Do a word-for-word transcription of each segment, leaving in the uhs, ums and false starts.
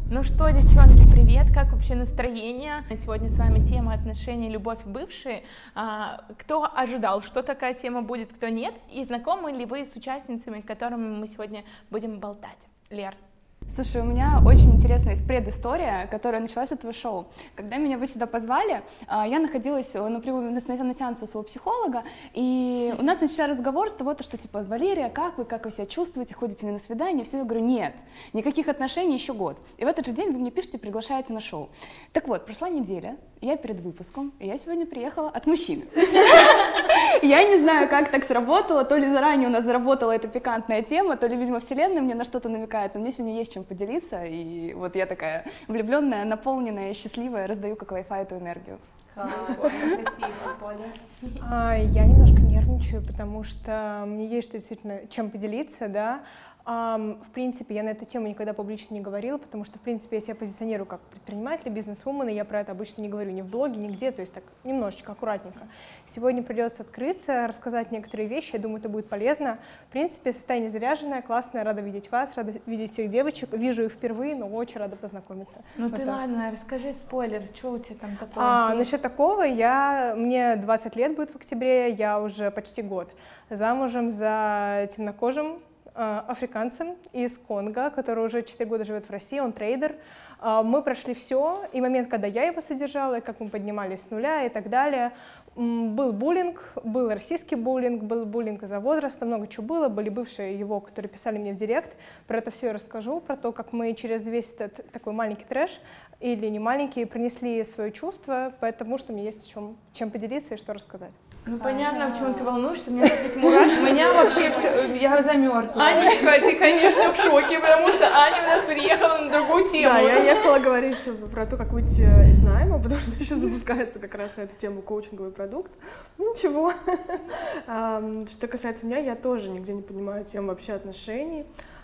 Ну что, девчонки, привет! Как вообще настроение? Сегодня с вами тема отношений, любовь и бывшие. Кто ожидал, что такая тема будет, кто нет? И знакомы ли вы с участницами, с которыми мы сегодня будем болтать? Лер. Слушай, у меня очень интересная предыстория, которая началась с этого шоу. Когда меня вы сюда позвали, я находилась например, на сеансе у своего психолога, и у нас начался разговор с того, что типа, Валерия, как вы, как вы себя чувствуете, ходите ли на свидание? Все, я говорю, нет, никаких отношений еще год. И в этот же день вы мне пишете, приглашаете на шоу. Так вот, прошла неделя, я перед выпуском, и я сегодня приехала от мужчины. Я не знаю, как так сработало, то ли заранее у нас заработала эта пикантная тема, то ли, видимо, вселенная мне на что-то намекает, но мне сегодня есть чем поделиться, и вот я такая влюбленная, наполненная, счастливая, раздаю как Wi-Fi эту энергию. Красиво, Поля. А, я немножко нервничаю, потому что мне есть что действительно чем поделиться, да. Um, в принципе, я на эту тему никогда публично не говорила, потому что, в принципе, я себя позиционирую как предприниматель, бизнес-вумен, и я про это обычно не говорю ни в блоге, нигде, то есть так немножечко, аккуратненько. Сегодня придется открыться, рассказать некоторые вещи, я думаю, это будет полезно. В принципе, состояние заряженное, классное, рада видеть вас, рада видеть всех девочек, вижу их впервые, но очень рада познакомиться. Ну вот ты так. Ладно, расскажи спойлер, что у тебя там такое? А, насчет такого, я, мне двадцать лет будет в октябре, я уже почти год замужем за темнокожим африканцем из Конго, который уже четыре года живет в России, он трейдер. Мы прошли все, и момент, когда я его содержала, и как мы поднимались с нуля и так далее. Был буллинг, был российский буллинг, был буллинг из-за возраста, много чего было, были бывшие его, которые писали мне в директ. Про это все я расскажу, про то, как мы через весь этот такой маленький трэш, или не маленький, принесли свое чувство, потому что мне есть чем, чем поделиться и что рассказать. Ну понятно, А-а-а. почему ты волнуешься, у меня такие мурашки. У меня вообще все, я замерзла. Анечка, ты, конечно, в шоке, потому что Аня у нас приехала на другую тему. Да, я ехала говорить про то, как выйти из найма, потому что еще запускается как раз на эту тему коучинговый продукт. Ну ничего. Что касается меня, я тоже нигде не понимаю тему вообще отношений.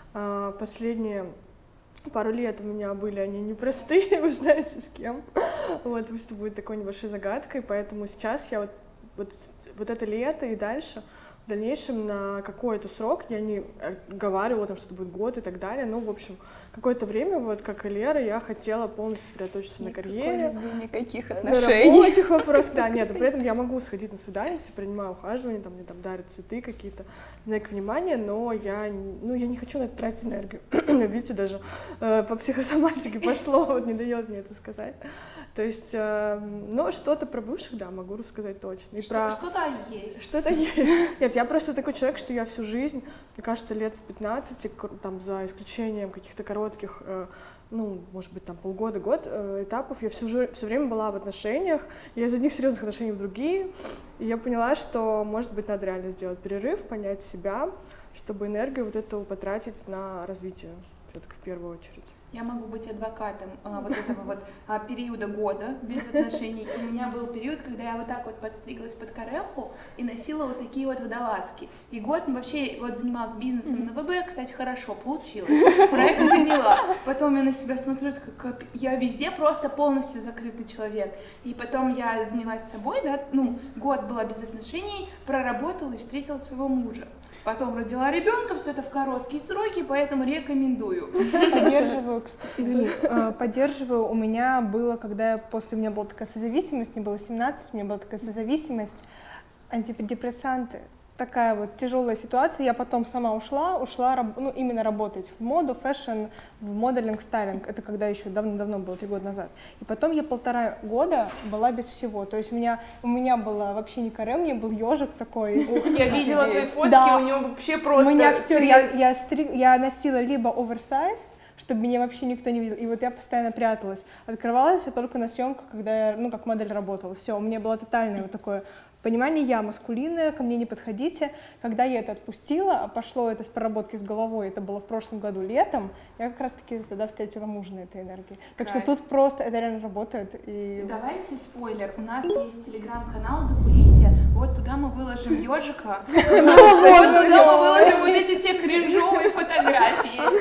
Последние пару лет у меня были они непростые, вы знаете, с кем. Вот, пусть это будет такой небольшой загадкой, поэтому сейчас я вот Вот, вот это лето и дальше, в дальнейшем на какой-то срок, я не говорила, там, что это будет год и так далее, ну, в общем, какое-то время, вот, как и Лера, я хотела полностью сосредоточиться на карьере. Никаких на отношений. На рабочих вопросах, да, нет, но при этом я могу сходить на свидание, все принимаю ухаживание, там, мне там дарят цветы какие-то, знак внимания, но я, ну, я не хочу на это тратить энергию. Видите, даже э, по психосоматике пошло, вот не дает мне это сказать. То есть, э, ну, что-то про бывших, да, могу рассказать точно. И что, про... Что-то есть. Что-то есть. Нет, я просто такой человек, что я всю жизнь, мне кажется, лет с пятнадцати, там, за исключением каких-то коротких, э, ну, может быть, там, полгода, год э, этапов, я всю, все время была в отношениях, я из одних серьезных отношений в другие, и я поняла, что, может быть, надо реально сделать перерыв, понять себя, чтобы энергию вот эту потратить на развитие, все-таки в первую очередь. Я могу быть адвокатом а, вот этого вот а, периода года без отношений. У меня был период, когда я вот так вот подстриглась под кареху и носила вот такие вот водолазки. И год вообще вот занималась бизнесом на ВБ, кстати, хорошо получилось. Проект приняла. Потом я на себя смотрю, как я везде просто полностью закрытый человек. И потом я занялась собой, да, ну, год была без отношений, проработала и встретила своего мужа. Потом родила ребенка, все это в короткие сроки, поэтому рекомендую. Поддерживаю, извини, поддерживаю. У меня было, когда я, после у меня была такая созависимость, мне было семнадцать, у меня была такая созависимость, антидепрессанты. Такая вот тяжелая ситуация, я потом сама ушла, ушла ну, именно работать в моду, фэшн, в моделинг, стайлинг, это когда еще давно-давно было, три года назад. И потом я полтора года была без всего, то есть у меня, у меня было вообще не каре, у меня был ежик такой. Ух, я видела твои фотки, да. У него вообще просто... У меня все, я, я, стри... я носила либо оверсайз, чтобы меня вообще никто не видел. И вот я постоянно пряталась. Открывалась я только на съемках, когда я, ну, как модель работала. Все, у меня было тотальное вот такое понимание, я маскулинная, ко мне не подходите. Когда я это отпустила, а пошло это с проработки с головой, это было в прошлом году летом, я как раз-таки тогда встретила мужа на этой энергии. Так что тут просто это реально работает. И... Давайте спойлер, у нас есть телеграм-канал «Закулисье», вот туда мы выложим ежика, вот туда мы выложим вот эти все кринжовые фотографии.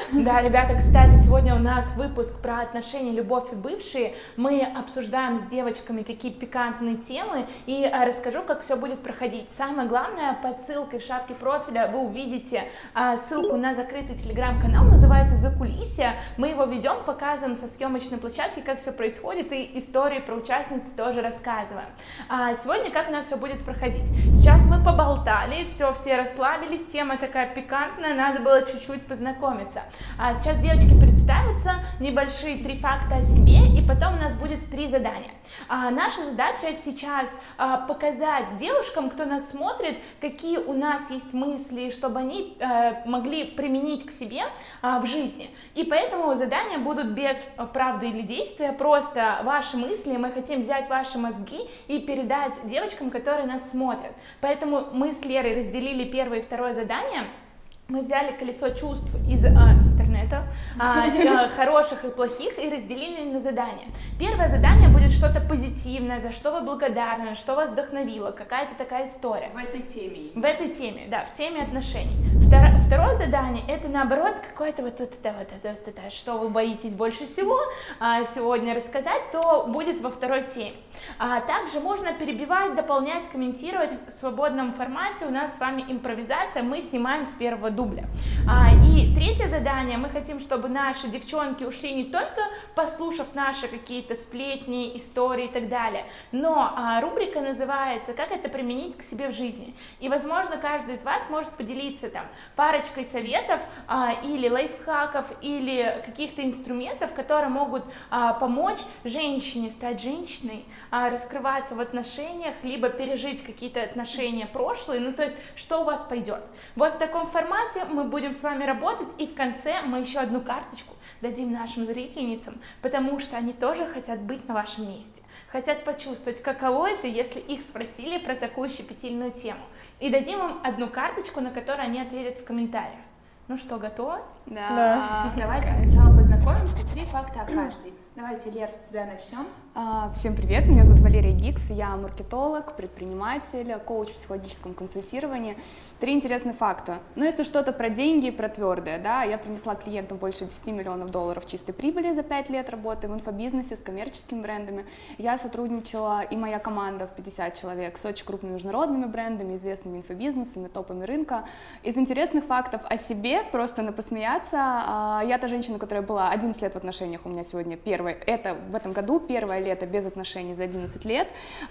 Да, ребята, кстати, сегодня у нас выпуск про отношения, любовь и бывшие. Мы обсуждаем с девочками такие пикантные темы и а, расскажу, как все будет проходить. Самое главное, под ссылкой в шапке профиля вы увидите а, ссылку на закрытый телеграм-канал, называется «Закулисье». Мы его ведем, показываем со съемочной площадки, как все происходит, и истории про участниц тоже рассказываем. А сегодня как у нас все будет проходить? Сейчас мы поболтали, все, все расслабились, тема такая пикантная, надо было чуть-чуть познакомиться. А сейчас девочки представятся, небольшие три факта о себе, и потом у нас будет три задания. А наша задача сейчас а, показать девушкам, кто нас смотрит, какие у нас есть мысли, чтобы они а, могли применить к себе а, в жизни. И поэтому задания будут без правды или действия, просто ваши мысли, мы хотим взять ваши мозги и передать девочкам, которые нас смотрят. Поэтому мы с Лерой разделили первое и второе задание. Мы взяли колесо чувств из а, интернета, а, а, хороших и плохих, и разделили на задания. Первое задание будет что-то позитивное, за что вы благодарны, что вас вдохновило, какая-то такая история. В этой теме. В этой теме, да, в теме отношений. Второе, второе задание — это, наоборот, какое-то вот, вот, это, вот, это, вот это, что вы боитесь больше всего а, сегодня рассказать, то будет во второй теме. А, также можно перебивать, дополнять, комментировать в свободном формате. У нас с вами импровизация, мы снимаем с первого дубля. А, и третье задание, мы хотим, чтобы наши девчонки ушли не только послушав наши какие-то сплетни, истории и так далее, но а, рубрика называется «Как это применить к себе в жизни». И, возможно, каждый из вас может поделиться там парочкой советов а, или лайфхаков, или каких-то инструментов, которые могут а, помочь женщине стать женщиной, а, раскрываться в отношениях, либо пережить какие-то отношения прошлые, ну то есть, что у вас пойдет. Вот в таком формате мы будем с вами работать, и в конце мы еще одну карточку дадим нашим зрительницам, потому что они тоже хотят быть на вашем месте, хотят почувствовать, каково это, если их спросили про такую щепетильную тему. И дадим им одну карточку, на которую они ответят в комментариях. Ну что, готово? Да. Да. Давайте сначала познакомимся, три факта о каждой. Давайте, Лер, с тебя начнем. А, Всем привет, меня зовут Валерия Гикс, я маркетолог, предприниматель, коуч в психологическом консультировании. Три интересных факта. Ну, если что-то про деньги, про твердое, да, я принесла клиентам больше десяти миллионов долларов чистой прибыли за пять лет работы в инфобизнесе с коммерческими брендами. Я сотрудничала, и моя команда в пятьдесят человек, с очень крупными международными брендами, известными инфобизнесами, топами рынка. Из интересных фактов о себе, просто на посмеяться, я та женщина, которая была одиннадцать лет в отношениях, у меня сегодня первое, это в этом году первое лето без отношений за одиннадцать лет.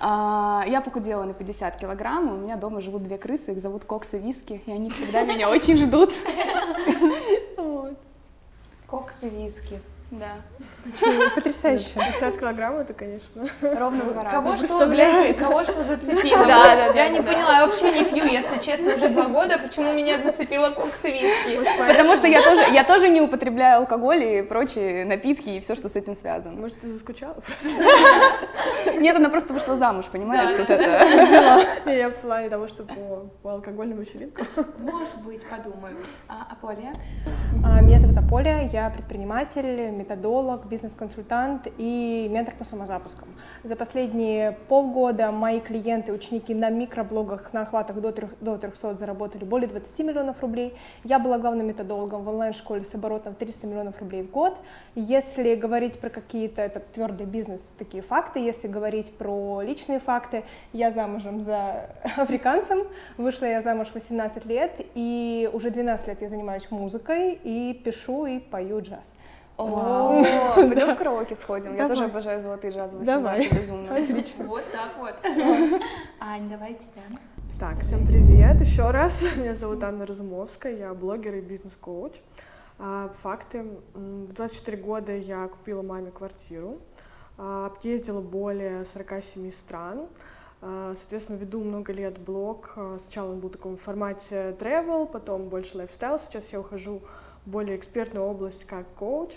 Я похудела на пятьдесят килограмм, и у меня дома живут две крысы, их зовут Кокс и Виски, и они всегда меня очень ждут. Кокс и виски. Да. Потрясающе. пятьдесят килограмм это, конечно. Ровно в два раза. Кого что, блядь, кого что зацепило? Да, да, я не поняла, я вообще не пью, если честно, уже два года, почему меня зацепило кокс и виски? Потому что я тоже, я тоже не употребляю алкоголь и прочие напитки и все, что с этим связано. Может, ты заскучала просто? Нет, она просто вышла замуж, понимаешь, тут это... Я в плане того, что по, по алкогольным вечеринкам. Может быть, подумаю. А, Аполия? А, Меня зовут Аполия, я предприниматель, методолог, бизнес-консультант и ментор по самозапускам. За последние полгода мои клиенты, ученики на микроблогах на охватах до трехсот заработали более двадцати миллионов рублей. Я была главным методологом в онлайн-школе с оборотом триста миллионов рублей в год. Если говорить про какие-то, это твердый бизнес, такие факты, если говорить про личные факты, я замужем за африканцем, вышла я замуж в восемнадцать лет, и уже двенадцать лет я занимаюсь музыкой и пишу и пою джаз. О, пойдем в караоке сходим. Я Давай. тоже обожаю золотые джазовые Давай. стандарты, безумно. Отлично. Вот так вот. Ань, давай тебя. Так, всем привет еще раз. Меня зовут Анна Разумовская, я блогер и бизнес-коуч. А, Факты. В двадцать четыре года я купила маме квартиру, а, объездила более сорока семи стран. А, Соответственно, веду много лет блог. А, Сначала он был в таком формате travel, потом больше лайфстайл. Сейчас я ухожу в более экспертную область как коуч.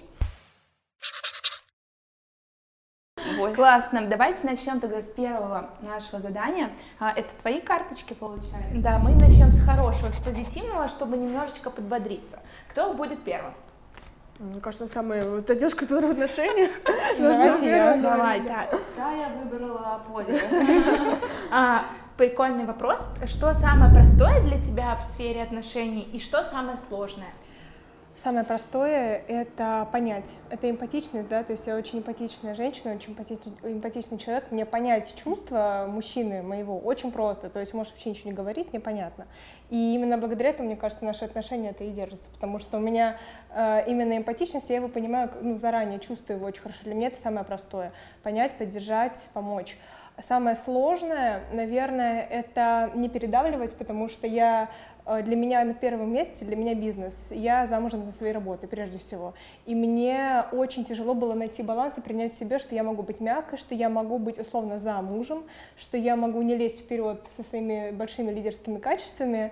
Классно. Давайте начнем тогда с первого нашего задания. А, Это твои карточки, получается? Да, мы начнем с хорошего, с позитивного, чтобы немножечко подбодриться. Кто будет первым? Мне кажется, самая вот та девушка, которая в отношениях. Давайте я. Давай, так. Да, я выбрала Аполию. А, прикольный вопрос. Что самое простое для тебя в сфере отношений и что самое сложное? Самое простое — это понять. Это эмпатичность, да, то есть я очень эмпатичная женщина, очень эмпатичный, эмпатичный человек. Мне понять чувства мужчины моего очень просто, то есть может вообще ничего не говорить, мне понятно. И именно благодаря этому, мне кажется, наши отношения это и держатся, потому что у меня э, именно эмпатичность, я его понимаю, ну, заранее, чувствую его очень хорошо. Для меня это самое простое — понять, поддержать, помочь. Самое сложное, наверное, это не передавливать, потому что я, для меня на первом месте, для меня бизнес. Я замужем за своей работой, прежде всего. И мне очень тяжело было найти баланс и принять в себе, что я могу быть мягкой, что я могу быть условно за мужем, что я могу не лезть вперед со своими большими лидерскими качествами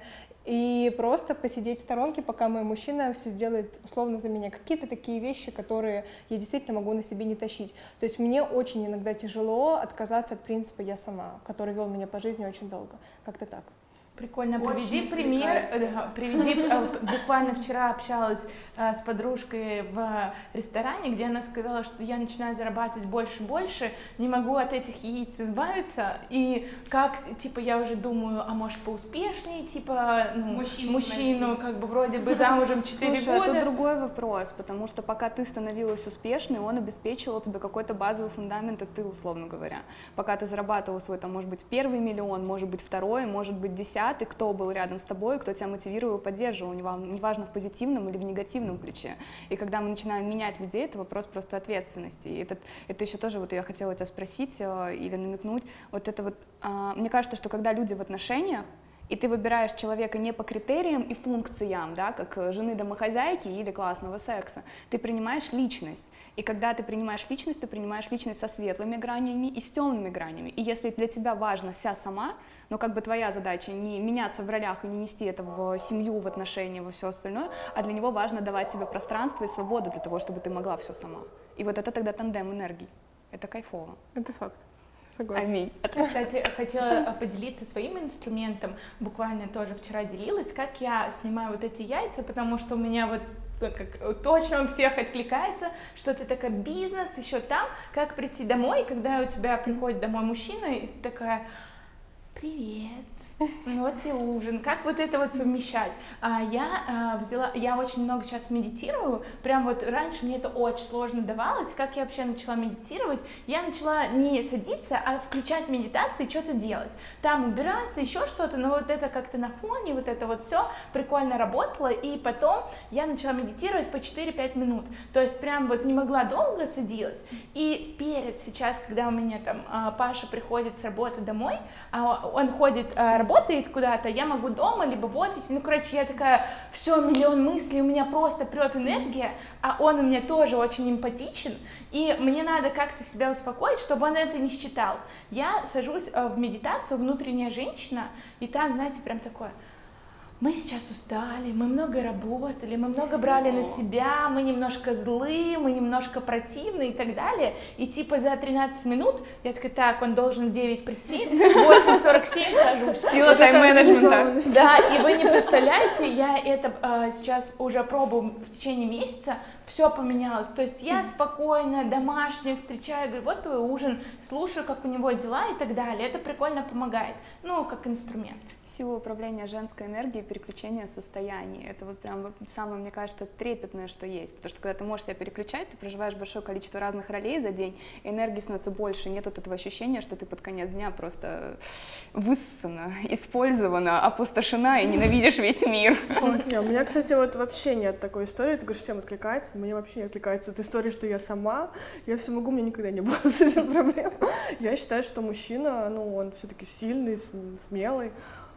и просто посидеть в сторонке, пока мой мужчина все сделает условно за меня. Какие-то такие вещи, которые я действительно могу на себе не тащить. То есть мне очень иногда тяжело отказаться от принципа «я сама», который вел меня по жизни очень долго. Как-то так. Прикольно. Очень Приведи пример. увлекается. Приведи, буквально вчера общалась с подружкой в ресторане, где она сказала, что я начинаю зарабатывать больше и больше, не могу от этих яиц избавиться, и как, типа, я уже думаю, а может поуспешнее, типа, ну, Мужчину мужчину, найти. как бы вроде бы замужем четыре Слушай, года. это другой вопрос, потому что пока ты становилась успешной, он обеспечивал тебе какой-то базовый фундамент, и ты, условно говоря. Пока ты зарабатывал свой, там, может быть, первый миллион, может быть, второй, может быть, десятый, кто был рядом с тобой, кто тебя мотивировал и поддерживал, неважно в позитивном или в негативном ключе. И когда мы начинаем менять людей, это вопрос просто ответственности. И это, это еще тоже, вот я хотела тебя спросить или намекнуть, вот это вот, мне кажется, что когда люди в отношениях, и ты выбираешь человека не по критериям и функциям, да, как жены домохозяйки или классного секса, ты принимаешь личность. И когда ты принимаешь личность, ты принимаешь личность со светлыми гранями и с темными гранями. И если для тебя важна вся сама, но как бы твоя задача не меняться в ролях и не нести это в семью, в отношения, во все остальное, а для него важно давать тебе пространство и свободу для того, чтобы ты могла все сама. И вот это тогда тандем энергий. Это кайфово. Это факт. Согласна. Аминь. Кстати, хотела поделиться своим инструментом, буквально тоже вчера делилась, как я снимаю вот эти яйца, потому что у меня вот как, точно у всех откликается, что ты такая бизнес, еще там, как прийти домой, когда у тебя приходит домой мужчина, и ты такая: привет, вот и ужин. Как вот это вот совмещать? А, я а, взяла, я очень много сейчас медитирую, прям вот раньше мне это очень сложно давалось. Как я вообще начала медитировать? Я начала не садиться, а включать медитацию и что-то делать. Там убираться, еще что-то, но вот это как-то на фоне, вот это вот все прикольно работало, и потом я начала медитировать по четыре-пять минут. То есть прям вот не могла долго, садилась. И перед сейчас, когда у меня там а, Паша приходит с работы домой, а, он ходит, работает куда-то, я могу дома, либо в офисе, ну, короче, я такая, все, миллион мыслей, у меня просто прет энергия, а он у меня тоже очень эмпатичен, и мне надо как-то себя успокоить, чтобы он это не считал. Я сажусь в медитацию «Внутренняя женщина», и там, знаете, прям такое: мы сейчас устали, мы много работали, мы много брали на себя, мы немножко злые, мы немножко противны и так далее. И типа за тринадцать минут я такая: так, он должен в девять прийти, в восемь сорок семь сажусь. Сила тайм-менеджмента. Да, и вы не представляете, я это э, сейчас уже пробую в течение месяца, все поменялось. То есть я спокойно, домашняя, встречаю, говорю: вот твой ужин, слушаю, как у него дела и так далее. Это прикольно помогает, ну, как инструмент. Сила управления женской энергией, переключения состояний. Это вот прям самое, мне кажется, трепетное, что есть. Потому что когда ты можешь себя переключать, ты проживаешь большое количество разных ролей за день, энергии становится больше, нет вот этого ощущения, что ты под конец дня просто высосана, использована, опустошена и ненавидишь весь мир. Не, у меня, кстати, вот вообще нет такой истории, ты говоришь, всем откликается, мне вообще не откликается эта история, что я сама, я все могу, мне никогда не было с этим проблем. Я считаю, что мужчина, ну, он все-таки сильный, смелый,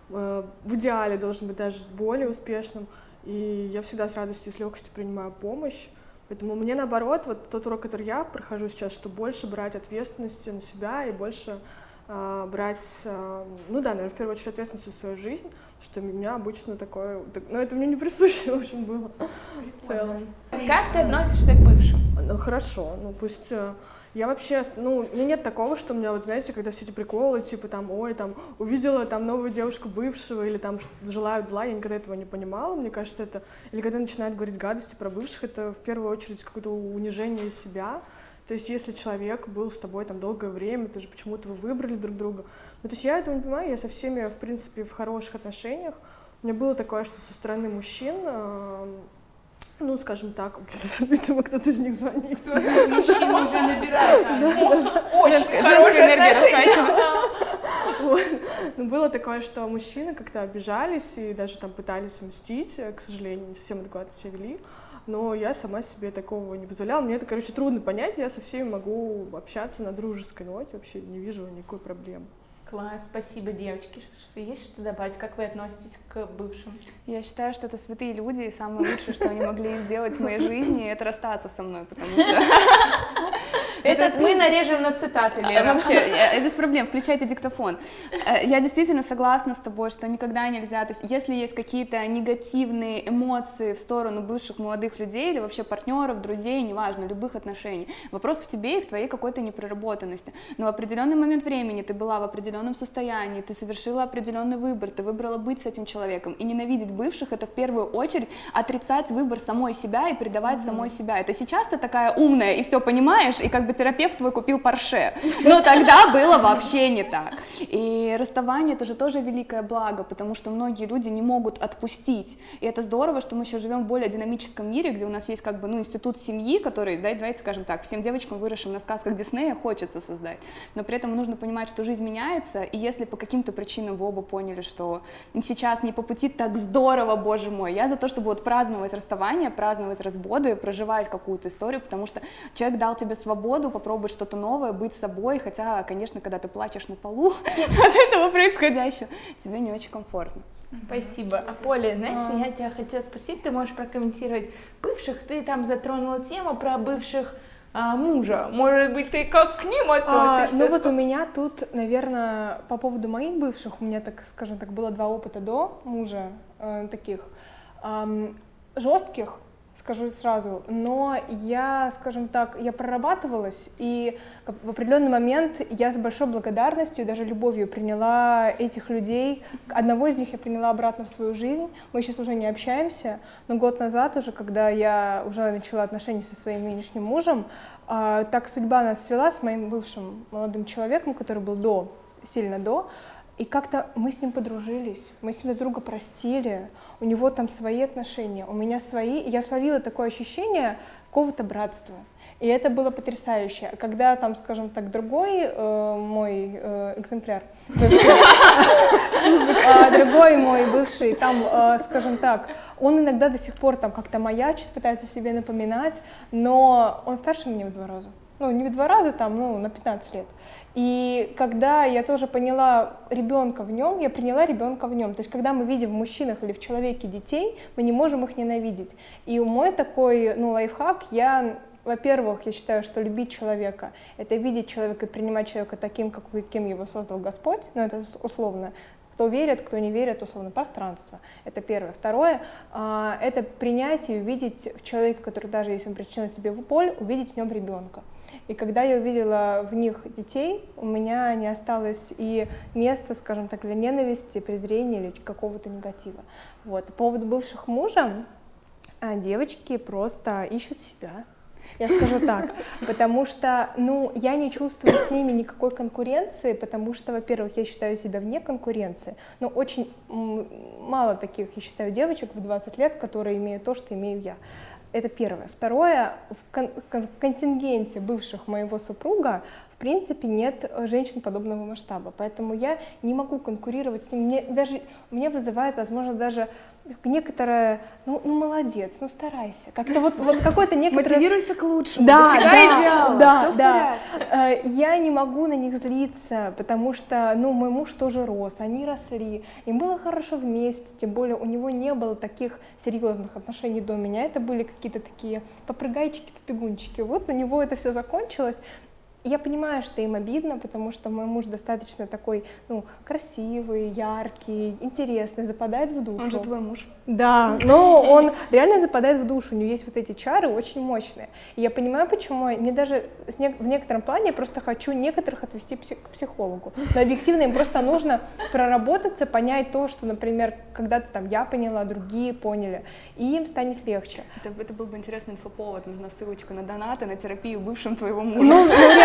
в идеале должен быть даже более успешным, и я всегда с радостью и с легкостью принимаю помощь, поэтому мне наоборот, вот тот урок, который я прохожу сейчас, что больше брать ответственности на себя и больше э, брать, э, ну да, наверное, в первую очередь ответственность за свою жизнь, что у меня обычно такое, ну это мне не присуще, в общем, было в целом. Как ты относишься к бывшим? Ну хорошо, ну пусть... Я вообще, ну, у меня нет такого, что у меня, вот, знаете, когда все эти приколы, типа, там, ой, там, увидела там новую девушку бывшего, или там желают зла, я никогда этого не понимала, мне кажется, это, или когда начинают говорить гадости про бывших, это в первую очередь какое-то унижение себя, то есть если человек был с тобой там долгое время, ты же почему-то вы выбрали друг друга, ну, то есть я этого не понимаю, я со всеми, в принципе, в хороших отношениях, у меня было такое, что со стороны мужчин, Ну, скажем так, видимо, кто-то из них звонит. Кто-то мужчина уже набирает. Очень хорошая энергия. Ну, было такое, что мужчины как-то обижались и даже там пытались мстить, к сожалению, не совсем адекватно себя вели. Но я сама себе такого не позволяла. Мне это, короче, трудно понять. Я со всеми могу общаться на дружеской ноте, вообще не вижу никакой проблемы. Класс, спасибо, девочки. Что есть что добавить? Как вы относитесь к бывшим? Я считаю, что это святые люди, и самое лучшее, что они могли сделать в моей жизни, это расстаться со мной, потому что... Это мы нарежем на цитаты, Лера. Вообще, без проблем, включайте диктофон. Я действительно согласна с тобой, что никогда нельзя, то есть если есть какие-то негативные эмоции в сторону бывших молодых людей или вообще партнеров, друзей, неважно, любых отношений, вопрос в тебе и в твоей какой-то непроработанности. Но в определенный момент времени ты была в определенном состоянии, ты совершила определенный выбор, ты выбрала быть с этим человеком. И ненавидеть бывших — это в первую очередь отрицать выбор самой себя и предавать mm-hmm. самой себя. Это сейчас ты такая умная и все понимаешь, и как бы терапевт твой купил Порше. Но тогда было вообще не так. И расставание — это же тоже великое благо, потому что многие люди не могут отпустить. И это здорово, что мы еще живем в более динамическом мире, где у нас есть как бы, ну, институт семьи, который, давайте скажем так, всем девочкам, выросшим на сказках Диснея, хочется создать. Но при этом нужно понимать, что жизнь меняется, и если по каким-то причинам вы оба поняли, что сейчас не по пути, так здорово, боже мой. Я за то, чтобы вот праздновать расставание, праздновать разводы, проживать какую-то историю, потому что человек дал тебе свободу попробовать что-то новое, быть собой, хотя, конечно, когда ты плачешь на полу от этого происходящего, тебе не очень комфортно. Спасибо. А Поля, знаешь, а... я тебя хотела спросить, ты можешь прокомментировать бывших, ты там затронула тему про бывших а, мужа, может быть, ты как к ним относишься? А, ну вот у меня тут, наверное, по поводу моих бывших, у меня, так скажем так, было два опыта до мужа, э, таких э, жестких, скажу сразу, но я, скажем так, я прорабатывалась, и в определенный момент я с большой благодарностью, даже любовью приняла этих людей. Одного из них я приняла обратно в свою жизнь, мы сейчас уже не общаемся, но год назад уже, когда я уже начала отношения со своим нынешним мужем, так судьба нас свела с моим бывшим молодым человеком, который был до, сильно до, и как-то мы с ним подружились, мы с ним друг друга простили, у него там свои отношения, у меня свои, и я словила такое ощущение какого-то братства. И это было потрясающе. Когда там, скажем так, другой э, мой э, экземпляр, другой мой бывший, там, э, скажем так, он иногда до сих пор там как-то маячит, пытается себе напоминать, но он старше меня в два раза. Ну, не в два раза, там, ну, на пятнадцать лет. И когда я тоже поняла ребенка в нем, я приняла ребенка в нем. То есть, когда мы видим в мужчинах или в человеке детей, мы не можем их ненавидеть. И мой такой, ну, лайфхак, я, во-первых, я считаю, что любить человека — это видеть человека и принимать человека таким, каким его создал Господь, ну, это условно. Кто верит, кто не верит, условно, пространство. Это первое. Второе — это принять и увидеть в человеке, который даже если он причинил тебе боль, увидеть в нем ребенка. И когда я увидела в них детей, у меня не осталось и места, скажем так, для ненависти, презрения или какого-то негатива. Вот. По поводу бывших мужа, девочки просто ищут себя. Я скажу так, потому что, ну, я не чувствую с ними никакой конкуренции, потому что, во-первых, я считаю себя вне конкуренции, но очень мало таких, я считаю, девочек в двадцать лет, которые имеют то, что имею я. Это первое. Второе, в, кон- в контингенте бывших моего супруга, в принципе, нет женщин подобного масштаба, поэтому я не могу конкурировать с ним. Мне даже, меня вызывает, возможно, даже некоторое, ну, ну молодец, ну старайся, как-то вот, вот какой-то некоторое... Мотивируйся к лучшему, да, достигай да, идеала, да, все в да. порядке. Я не могу на них злиться, потому что, ну, мой муж тоже рос, они росли, им было хорошо вместе, тем более у него не было таких серьезных отношений до меня, это были какие-то такие попрыгайчики, побегунчики, вот на него это все закончилось. Я понимаю, что им обидно, потому что мой муж достаточно такой, ну, красивый, яркий, интересный, западает в душу. Он же твой муж. Да, но он реально западает в душу, у него есть вот эти чары очень мощные. И я понимаю, почему, мне даже в некотором плане я просто хочу некоторых отвести к психологу. Но объективно им просто нужно проработаться, понять то, что, например, когда-то там я поняла, другие поняли, и им станет легче. Это, это был бы интересный инфоповод, нужна ссылочка на донаты, на терапию бывшим твоего мужа. Ну, ну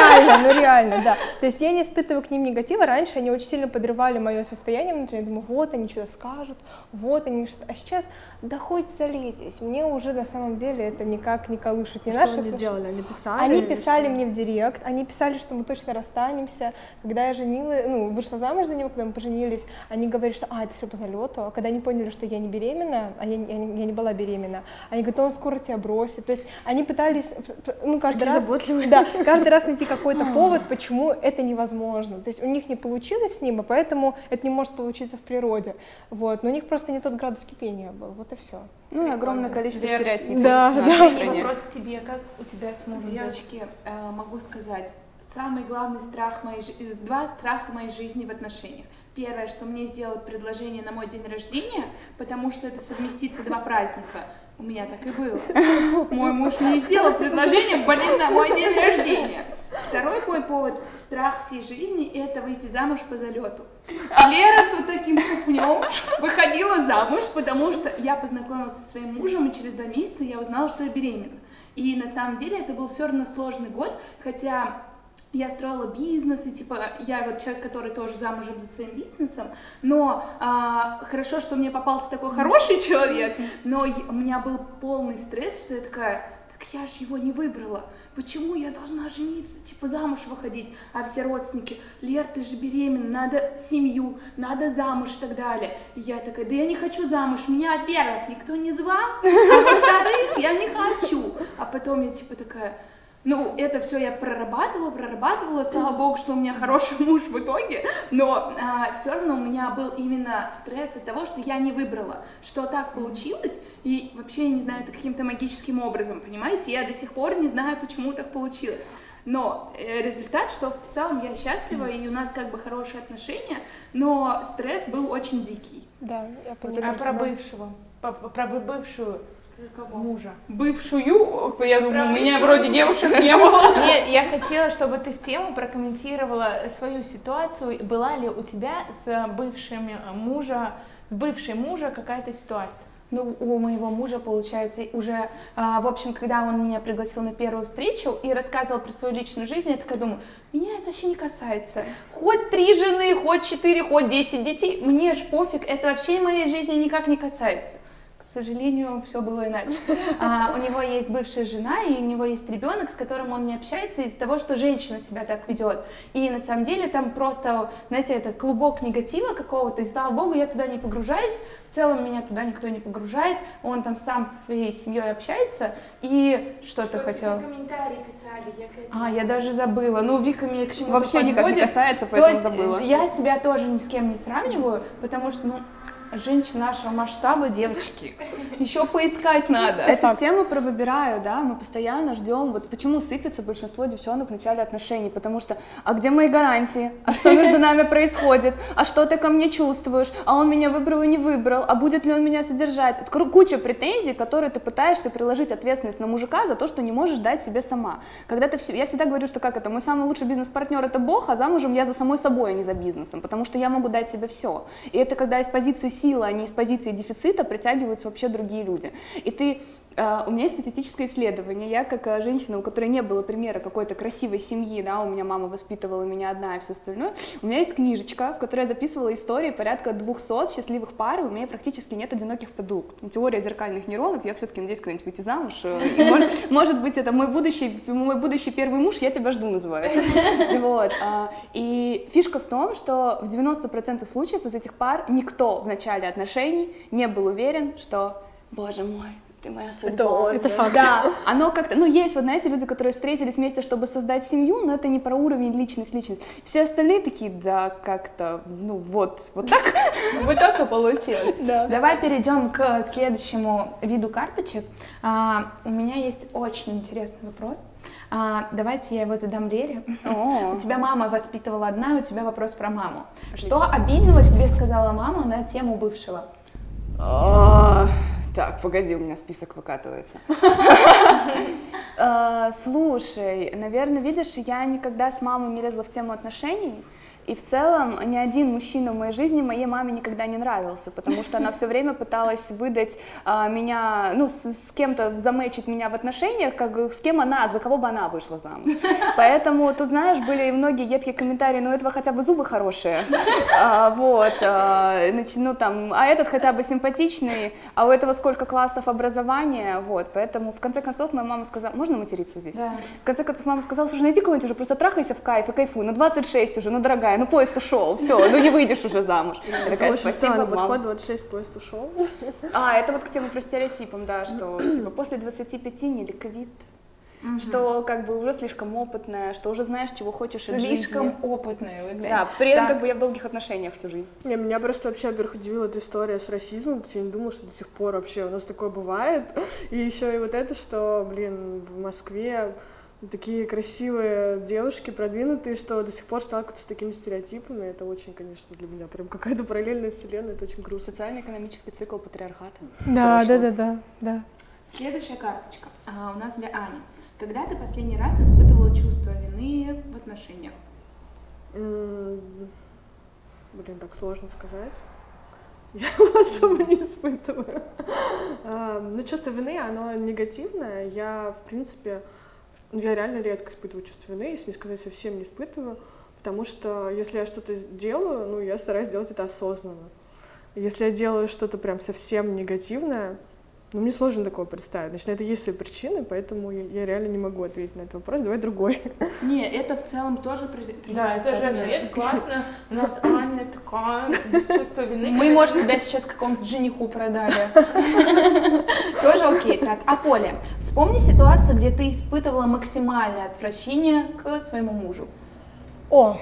реально, ну реально, да. То есть я не испытываю к ним негатива. Раньше они очень сильно подрывали мое состояние внутри. Я думаю, вот они что-то скажут, вот они что-то. А сейчас, да хоть залейтесь, мне уже на самом деле это никак не колышет. Не Что наши они отнош- делали? Они писали? Они или писали что? мне в директ, они писали, что мы точно расстанемся. Когда я женилась, ну, вышла замуж за него, когда мы поженились, они говорили, что а, это все по залету. А когда они поняли, что я не беременна, а я, я, не, я не была беременна, они говорят, он скоро тебя бросит. То есть они пытались, ну, каждый Такие раз, заботливые. да, каждый раз найти какой-то повод, почему это невозможно. То есть у них не получилось с ним, а поэтому это не может получиться в природе. Вот. Но у них просто не тот градус кипения был. Вот и все. Ну и огромное количество Вера, стереотипов да, в да. нашей Женя, стране. вопрос к тебе, как у тебя с мужем? Девочки, э, могу сказать, самый главный страх моей жизни, два страха моей жизни в отношениях. Первое, что мне сделают предложение на мой день рождения, потому что это совместится два праздника. У меня так и было. Мой муж мне сделал предложение, блин, на мой день рождения. Второй мой повод, страх всей жизни, это выйти замуж по залету. Лера с вот таким купнем выходила замуж, потому что я познакомилась со своим мужем, и через два месяца я узнала, что я беременна. И на самом деле это был все равно сложный год, хотя я строила бизнес, и типа я вот человек, который тоже замужем за своим бизнесом, но а, хорошо, что мне попался такой хороший человек, но я, у меня был полный стресс, что я такая, так я же его не выбрала, почему я должна жениться, типа замуж выходить, а все родственники, Лер, ты же беременна, надо семью, надо замуж и так далее. И я такая, да я не хочу замуж, меня, во-первых, никто не звал, а во-вторых, я не хочу. А потом я типа такая... Ну, это все я прорабатывала, прорабатывала, слава богу, что у меня хороший муж в итоге, но а, все равно у меня был именно стресс от того, что я не выбрала, что так получилось, и вообще я не знаю, это каким-то магическим образом, понимаете, я до сих пор не знаю, почему так получилось. Но э, результат, что в целом я счастлива, и у нас как бы хорошие отношения, но стресс был очень дикий. Да, я Вот понимаю. а про бывшего, про, про бывшую мужа. Бывшую, я думаю, у меня бывшую. вроде девушек не было. Нет, я хотела, чтобы ты в тему прокомментировала свою ситуацию. Была ли у тебя с бывшим мужа, с бывшей мужа какая-то ситуация? Ну, у моего мужа, получается, уже, а, в общем, когда он меня пригласил на первую встречу и рассказывал про свою личную жизнь, я такая думаю, меня это вообще не касается. Хоть три жены, хоть четыре, хоть десять детей, мне ж пофиг, это вообще моей жизни никак не касается. К сожалению, все было иначе. А, у него есть бывшая жена, и у него есть ребенок, с которым он не общается из-за того, что женщина себя так ведет. И на самом деле там просто, знаете, это клубок негатива какого-то, и слава богу, я туда не погружаюсь. В целом меня туда никто не погружает, он там сам со своей семьей общается, и что, Что ты хотела? комментарии писали? Я к этому... А, я даже забыла. Ну, Вика меня к чему-то Вообще никак не подводит. касается, То поэтому есть забыла. я себя тоже ни с кем не сравниваю, потому что, ну, женщин нашего масштаба, девочки, еще поискать надо. Эту тему про выбираю, да, мы постоянно ждем, вот почему сыпется большинство девчонок в начале отношений, потому что, а где мои гарантии, а что между нами происходит, а что ты ко мне чувствуешь, а он меня выбрал и не выбрал, а будет ли он меня содержать, это куча претензий, которые ты пытаешься приложить ответственность на мужика за то, что не можешь дать себе сама. Когда ты, я всегда говорю, что как это, мой самый лучший бизнес-партнер это Бог, а замужем я за самой собой, а не за бизнесом, потому что я могу дать себе все, и это когда из позиции силы, а не из позиции дефицита притягиваются вообще другие люди. И ты, э, у меня есть статистическое исследование, я как э, женщина, у которой не было примера какой-то красивой семьи, да, у меня мама воспитывала меня одна и все остальное, у меня есть книжечка, в которой я записывала истории порядка двухсот счастливых пар, и у меня практически нет одиноких подруг. Теория зеркальных нейронов, я все-таки надеюсь когда-нибудь выйти замуж, э, и может, может быть это мой будущий, мой будущий первый муж, я тебя жду называется. Вот. Э, и фишка в том, что в девяноста процентах случаев из этих пар никто в начале отношений не был уверен, что, боже мой, ты моя судьба. Это он, это факт. Да, оно как-то, ну есть вот, знаете, люди, которые встретились вместе, чтобы создать семью, но это не про уровень личность, личность. Все остальные такие, да, как-то, ну вот, вот так, вот так и получилось. Давай перейдем к следующему виду карточек. А, у меня есть очень интересный вопрос. А, давайте я его задам Лере. О. У тебя мама воспитывала одна, и у тебя вопрос про маму. Что обидного тебе сказала мама на тему бывшего? А, Так, погоди, у меня список выкатывается. Слушай, наверное, видишь, я никогда с мамой не лезла в тему отношений. И в целом ни один мужчина в моей жизни моей маме никогда не нравился, потому что она все время пыталась выдать а, меня, ну, с, с кем-то замэчить меня в отношениях, как с кем она, за кого бы она вышла замуж. Поэтому тут, знаешь, были многие едкие комментарии, ну, у этого хотя бы зубы хорошие, а, вот, а, значит, ну, там, а этот хотя бы симпатичный, а у этого сколько классов образования, вот, поэтому в конце концов моя мама сказала, можно материться здесь? Да. В конце концов мама сказала, слушай, найди кого-нибудь уже, просто трахайся в кайф и кайфуй, ну, двадцать шесть уже, ну, дорогая, ну поезд ушел, все, ну не выйдешь уже замуж. Я такая, спасибо, мам. двадцать шесть поезд ушел. А, это вот к теме про стереотипам, да, что типа после двадцати пяти не ликвид, угу. что как бы уже слишком опытная, что уже знаешь, чего хочешь от жизни. Слишком опытная, вы гляньте. Да, при этом как бы я в долгих отношениях всю жизнь. Не, меня просто вообще, во-первых, удивила эта история с расизмом, то есть я не думала, что до сих пор вообще у нас такое бывает. И еще и вот это, что, блин, в Москве такие красивые девушки, продвинутые, что до сих пор сталкиваются с такими стереотипами. Это очень, конечно, для меня прям какая-то параллельная вселенная, это очень грустно. Социально-экономический цикл патриархата. Да, да, да, да, да. Следующая карточка а, у нас для Ани. Когда ты последний раз испытывала чувство вины в отношениях? Mm, блин, так сложно сказать. Я его особо не испытываю. а, ну, чувство вины, оно негативное. Я, в принципе, ну, я реально редко испытываю чувство вины, если не сказать, совсем не испытываю, потому что если я что-то делаю, ну, я стараюсь делать это осознанно. Если я делаю что-то прям совсем негативное, ну, мне сложно такого представить. Значит, на это есть свои причины, поэтому я, я реально не могу ответить на этот вопрос. Давай другой. Не, это в целом тоже принимается. Да, это же ответ. Классно. У нас Аня такая, без чувства вины. Мы, может, тебя сейчас какому-то жениху продали. Тоже окей. Так, а Поля, вспомни ситуацию, где ты испытывала максимальное отвращение к своему мужу. О!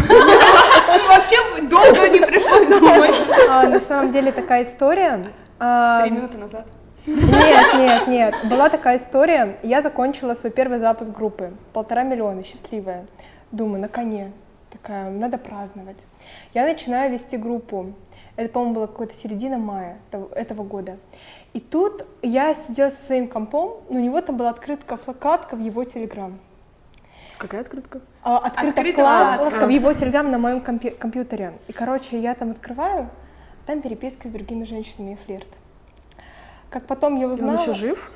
Вообще долго не пришлось думать. На самом деле такая история. Три минуты назад. Нет, нет, нет. Была такая история. Я закончила свой первый запуск группы. Полтора миллиона, счастливая. Думаю, на коне. Такая, надо праздновать. Я начинаю вести группу. Это, по-моему, была какая-то середина мая этого года. И тут я сидела со своим компом, но у него там была открытка, вкладка в его Телеграм. Какая открытка? А, открытая вкладка в его Телеграм на моем компе- компьютере. И, короче, я там открываю, там переписки с другими женщинами и флирт. Как потом я узнала... Он еще жив?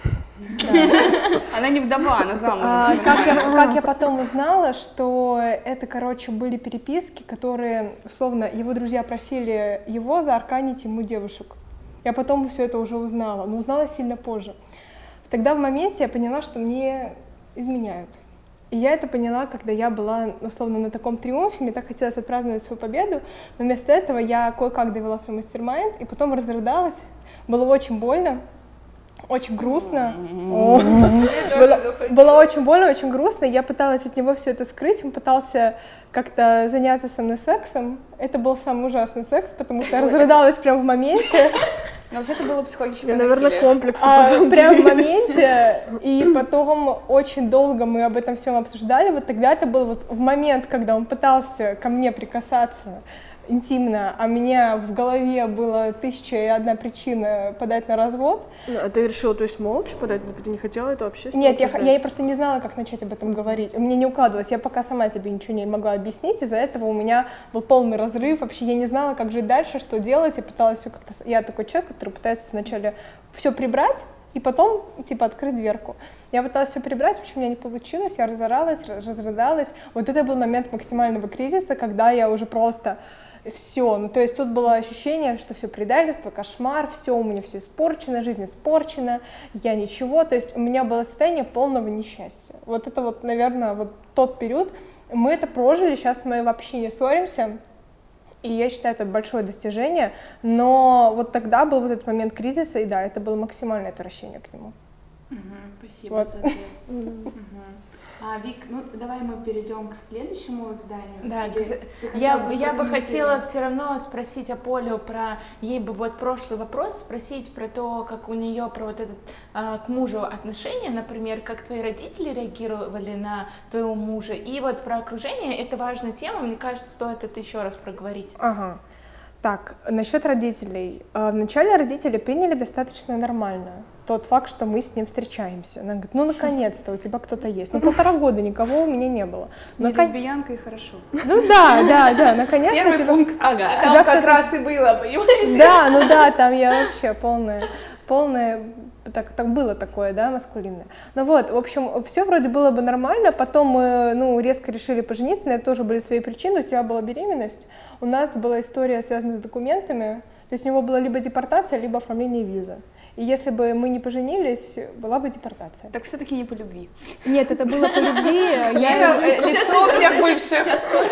Да. Она не вдова, она замужем. А, как, я, как я потом узнала, что это, короче, были переписки, которые, условно, его друзья просили его заарканить ему девушек. Я потом все это уже узнала, но узнала сильно позже. Тогда в моменте я поняла, что мне изменяют. И я это поняла, когда я была, условно, на таком триумфе, мне так хотелось отпраздновать свою победу, но вместо этого я кое-как довела свой мастер-майнд и потом разрыдалась. Было очень больно, очень грустно. было, было очень больно, очень грустно. Я пыталась от него все это скрыть, он пытался как-то заняться со мной сексом. Это был самый ужасный секс, потому что я разрыдалась прямо в моменте. Но вообще это было психологическое насилие. Наверное, комплексы а, прямо в моменте, и потом очень долго мы об этом всем обсуждали. Вот тогда это был вот в момент, когда он пытался ко мне прикасаться интимно, а у меня в голове было тысяча и одна причина подать на развод. А ты решила, то есть, молча подать? Ты не хотела это вообще с ним Нет, я, обсуждать? я просто не знала, как начать об этом говорить. У меня не укладывалось, я пока сама себе ничего не могла объяснить, из-за этого у меня был полный разрыв, вообще я не знала, как жить дальше, что делать, я пыталась все как-то... Я такой человек, который пытается вначале все прибрать, и потом, типа, открыть дверку. Я пыталась все прибрать, почему у меня не получилось, я разоралась, разрыдалась. Вот это был момент максимального кризиса, когда я уже просто... Все, ну то есть тут было ощущение, что все предательство, кошмар, все, у меня все испорчено, жизнь испорчена, я ничего, то есть у меня было состояние полного несчастья. Вот это вот, наверное, вот тот период, мы это прожили, сейчас мы вообще не ссоримся, и я считаю, это большое достижение, но вот тогда был вот этот момент кризиса, и да, это было максимальное отвращение к нему. Угу, спасибо вот. за ответ. Угу. А, Вик, ну давай мы перейдем к следующему заданию. Да, Или я, бы, я бы хотела все равно спросить Аполю про, ей бы вот прошлый вопрос спросить про то, как у нее про вот этот а, к мужу отношения, например, как твои родители реагировали на твоего мужа, и вот про окружение, это важная тема, мне кажется, стоит это еще раз проговорить. Ага. Так, насчет родителей. Вначале родители приняли достаточно нормально. тот факт, что мы с ним встречаемся. Она говорит, ну, наконец-то, у тебя кто-то есть. Ну, полтора года никого у меня не было. Не Након... лесбиянка и хорошо. Ну, да, да, да, наконец-то. Первый тебя... пункт, ага. Там как раз и было, понимаете? Да, ну да, там я вообще полная, полная, так, так было такое, да, маскулинное. Ну вот, в общем, все вроде было бы нормально, потом мы, ну, резко решили пожениться, на это тоже были свои причины, у тебя была беременность, у нас была история, связанная с документами, то есть у него была либо депортация, либо оформление визы. И если бы мы не поженились, была бы депортация. Так все-таки не по любви. Нет, это было по любви. Я лицо всех бывших.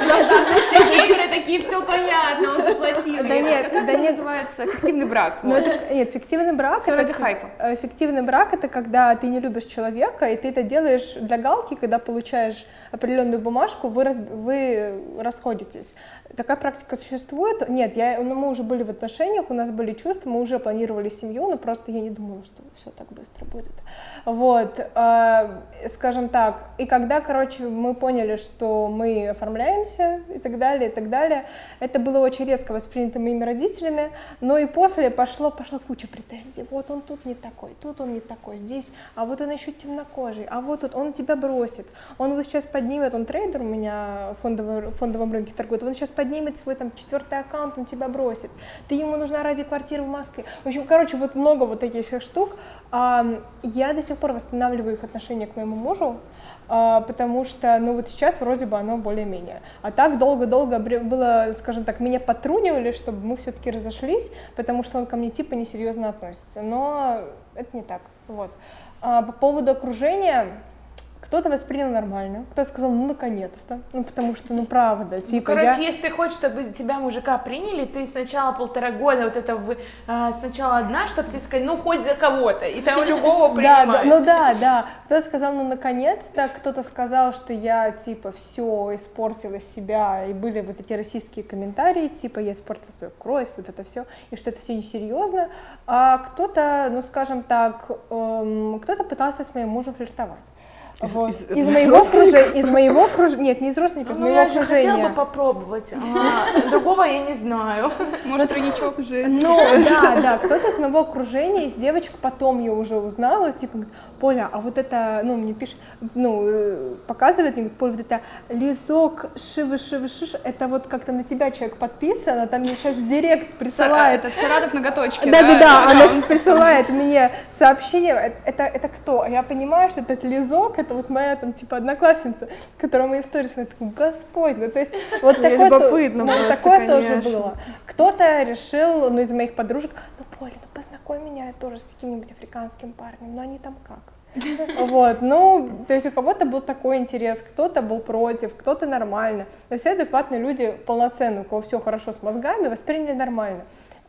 Геймеры такие, все понятно, он заплатил. Да нет, как да это нет. называется? Фиктивный брак. Ну, это, нет, фиктивный брак. Всё это ради к- хайпа. э, Фиктивный брак это когда ты не любишь человека, и ты это делаешь для галки, когда получаешь определенную бумажку, вы, раз, вы расходитесь. Такая практика существует. Нет, я, ну, мы уже были в отношениях, у нас были чувства, мы уже планировали семью, но просто я не думала, что все так быстро будет. Вот, э, скажем так. И когда, короче, мы поняли, что мы оформляемся и так далее, и так далее, это было очень резко воспринято моими родителями, но и после пошло, пошла куча претензий. Вот он тут не такой, тут он не такой, здесь, а вот он еще темнокожий, а вот тут он тебя бросит, он вот сейчас поднимет, он трейдер у меня в фондовом, фондовом рынке торгует, он сейчас поднимет свой там четвертый аккаунт, он тебя бросит, ты ему нужна ради квартиры в Москве. В общем, короче, вот много вот таких всех штук. А, я до сих пор восстанавливаю их отношение к моему мужу, а, потому что, ну вот сейчас вроде бы оно более-менее. А так долго-долго было, скажем так, меня потрунивали, чтобы мы все-таки разошлись, потому что он ко мне типа несерьезно относится. Но это не так. Вот. А, по поводу окружения... Кто-то воспринял нормально, кто-то сказал, ну, наконец-то, ну, потому что, ну, правда, Ну, типа, короче, я... если ты хочешь, чтобы тебя мужика приняли, ты сначала полтора года вот это вы, а, сначала одна, чтобы тебе сказать, ну хоть за кого-то, и там любого Да, принимают. да, ну да, да. Кто-то сказал, ну наконец-то, кто-то сказал, что я типа все испортила себя, и были вот эти российские комментарии, типа я испортила свою кровь, вот это все, и что это все несерьезно. А кто-то, ну скажем так, эм, кто-то пытался с моим мужем флиртовать. Из, Вот. из, Из, из моего родственников? окружения, из моего окружения, нет, не из родственников, из Ну, моего я же окружения. хотела бы попробовать, а другого я не знаю. Может, тройничок? Ну, да, да, кто-то из моего окружения, из девочек, потом я уже узнала, типа, говорит, Поля, а вот это, ну, мне пишет, ну, э, показывает, мне говорит, Поля, вот это лизок, шивы, шивы, шиш, это вот как-то на тебя человек подписан, а там мне сейчас в директ присылает. Это Саратов ноготочки, Да, да, да, она аккаунт. сейчас присылает мне сообщение, это, это, это кто? Я понимаю, что этот лизок, это вот моя там типа одноклассница, которая мои истории смотрит, такой, Господь, ну то есть вот Мне такое, то- любопытно ну, просто, такое тоже конечно. было. Кто-то решил, ну из моих подружек, ну Поля, ну познакомь меня тоже с каким-нибудь африканским парнем, ну они там как? Вот, ну, то есть у кого-то был такой интерес, кто-то был против, кто-то нормально. Но все адекватные люди, полноценные, у кого все хорошо с мозгами, восприняли нормально.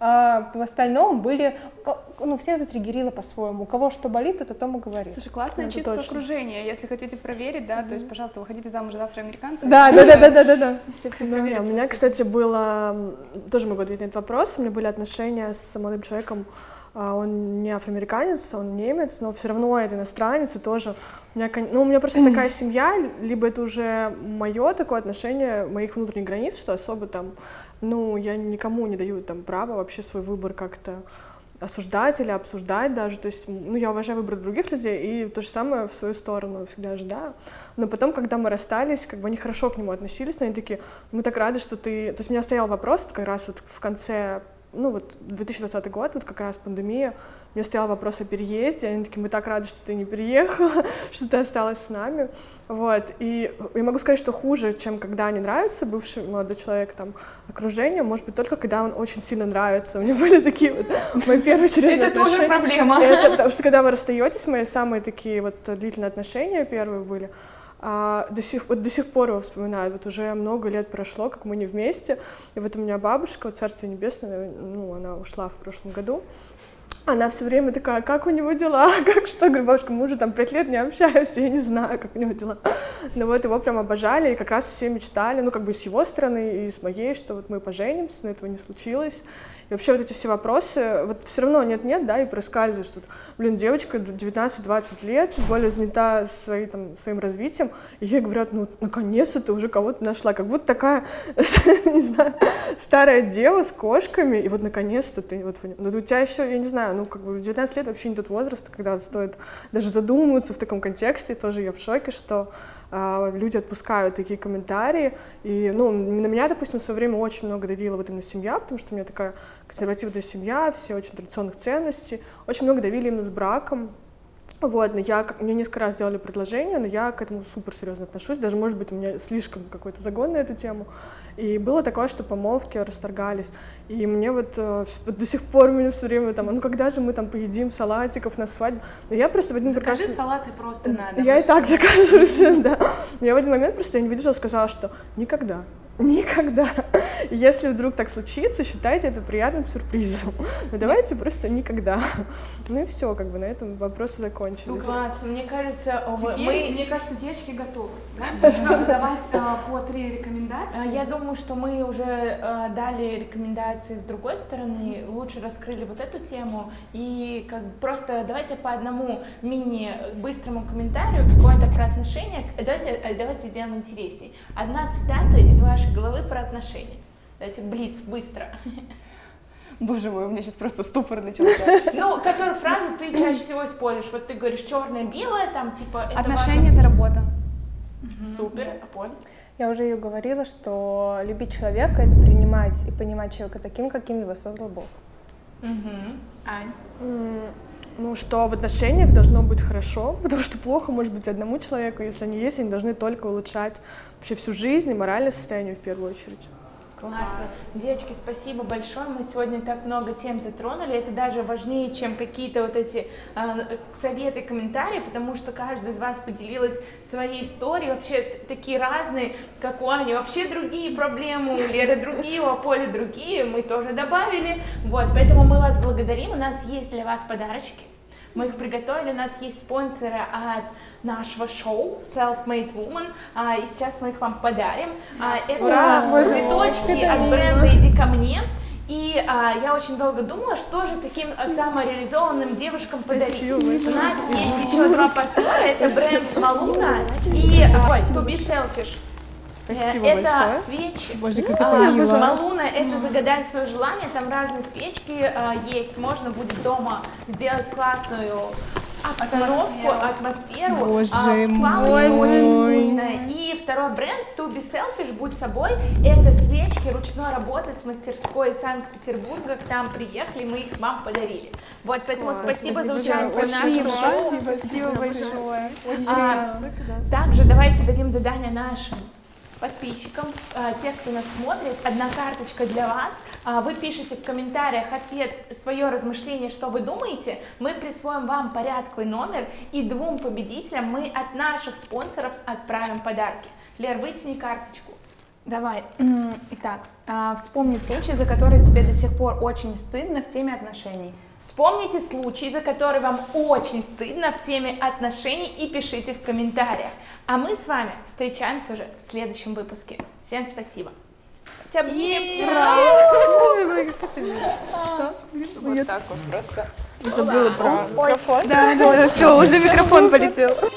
А в остальном были, ну, всех затриггерило по-своему. У кого что болит, тот о том и говорит. Слушай, классное Это чисто точно. окружение. Если хотите проверить, да, то есть, пожалуйста, выходите замуж за афроамериканца. Да, да, да, да, да, да, да. Все, все Да, проверить. у меня, кстати, было, м, тоже могу ответить на этот вопрос, у меня были отношения с молодым человеком, а, он не афроамериканец, он немец, но все равно это иностранец, и тоже у меня, кон- ну, у меня просто такая семья, либо это уже мое такое отношение моих внутренних границ, что особо там, ну, я никому не даю там права вообще свой выбор как-то осуждать или обсуждать даже, то есть, ну, я уважаю выбор других людей, и то же самое в свою сторону всегда ожидаю. Но потом, когда мы расстались, как бы они хорошо к нему относились, но они такие, мы так рады, что ты... То есть у меня стоял вопрос вот как раз вот в конце, ну вот две тысячи двадцатый год, вот как раз пандемия, у меня стоял вопрос о переезде, они такие, мы так рады, что ты не переехала, что ты осталась с нами, вот, и я могу сказать, что хуже, чем когда не нравится бывший молодой человек, там, окружение, может быть, только когда он очень сильно нравится, у меня были такие вот мои первые серьезные Это тоже отношения. проблема. Это потому что когда вы расстаетесь, мои самые такие вот длительные отношения первые были, а, до сих, вот до сих пор его вспоминаю, вот уже много лет прошло, как мы не вместе, и вот у меня бабушка, вот, Царствие Небесное, ну, она ушла в прошлом году, она все время такая, как у него дела, как что, говорю, бабушка, мы уже там пять лет не общаемся, я не знаю, как у него дела, но вот его прям обожали, и как раз все мечтали, ну, как бы с его стороны и с моей, что вот мы поженимся, но этого не случилось. И вообще вот эти все вопросы, вот все равно нет-нет, да, и проскальзывает, что, блин, девочка девятнадцать-двадцать лет, тем более занята своей, там, своим развитием, и ей говорят, ну, наконец-то ты уже кого-то нашла, как будто такая, не знаю, старая дева с кошками, и вот наконец-то ты, вот, ну, у тебя еще, я не знаю, ну, как бы девятнадцать лет вообще не тот возраст, когда стоит даже задумываться в таком контексте, тоже я в шоке, что а, люди отпускают такие комментарии, и, ну, на меня, допустим, в свое время очень много давила вот именно семья, потому что у меня такая консервативная семья, все очень традиционных ценностей, очень много давили именно с браком. Вот, но я, мне несколько раз делали предложение, но я к этому супер серьезно отношусь, даже, может быть, у меня слишком какой-то загон на эту тему. И было такое, что помолвки расторгались, и мне вот, вот до сих пор меня все время там, ну когда же мы там поедим салатиков на свадьбу? Но я просто в один Закажи прекрасный... салаты просто надо. Я и так заказываю все, да. Но я в один момент просто, я не выдержала, сказала, что никогда. Никогда. Если вдруг так случится, считайте это приятным сюрпризом. Но давайте просто никогда. Ну и все, как бы на этом вопросы закончились. Классно. Мне кажется, Теперь, мы... мне кажется, девочки готовы, да? Чтобы давать а, по три рекомендации. Я думаю, что мы уже э, дали рекомендации с другой стороны, лучше раскрыли вот эту тему, и как бы просто давайте по одному мини-быстрому комментарию какое-то про отношения. Давайте, давайте сделаем интересней. Одна цитата из вашей головы про отношения. Давайте блиц, быстро. Боже мой, у меня сейчас просто ступор начался. Ну, которую фразу ты чаще всего используешь. Вот ты говоришь черное-белое, там типа... Это отношения — это работа. Супер, а Поль? Я уже ее говорила, что любить человека — это принимать и понимать человека таким, каким его создал Бог. Угу. Ань? Mm, ну, что в отношениях должно быть хорошо, потому что плохо может быть одному человеку, если они есть, они должны только улучшать вообще всю жизнь и моральное состояние в первую очередь. Классно. Девочки, спасибо большое. Мы сегодня так много тем затронули. Это даже важнее, чем какие-то вот эти э, советы, комментарии, потому что каждая из вас поделилась своей историей. Вообще такие разные, как у Ани. Вообще другие проблемы, у Леры другие, у Поли другие. Мы тоже добавили. Вот, поэтому мы вас благодарим. У нас есть для вас подарочки. Мы их приготовили, у нас есть спонсоры от нашего шоу Self-Made Woman, а, и сейчас мы их вам подарим. А, это Ура! цветочки от бренда «Иди ко мне». И а, я очень долго думала, что же таким а, самореализованным девушкам подарить. Спасибо. У нас есть еще два партнера, это бренд Малуна и а, To Be Selfish. Спасибо это большое. свечи. Боже, как это А, мило. Малуна — это загадай свое желание, там разные свечки а, есть, можно будет дома сделать классную обстановку, атмосферу, Боже а, мой. палочка очень вкусная. И второй бренд To Be Selfish, будь собой, это свечки ручной работы с мастерской Санкт-Петербурга, к нам приехали, мы их вам подарили. Вот, поэтому спасибо за участие в нашем шоу. Спасибо большое. А, также давайте дадим задание нашим подписчикам, тех, кто нас смотрит. Одна карточка для вас. Вы пишете в комментариях ответ, свое размышление, что вы думаете. Мы присвоим вам порядковый номер, и двум победителям мы от наших спонсоров отправим подарки. Лер, вытяни карточку. Давай. Итак, вспомни случай, за который тебе до сих пор очень стыдно в теме отношений. Вспомните случай, за который вам очень стыдно в теме отношений, и пишите в комментариях. А мы с вами встречаемся уже в следующем выпуске. Всем спасибо. Обнимемся. Вот так вот просто. Забыла про микрофон. Да, да, все, уже микрофон полетел.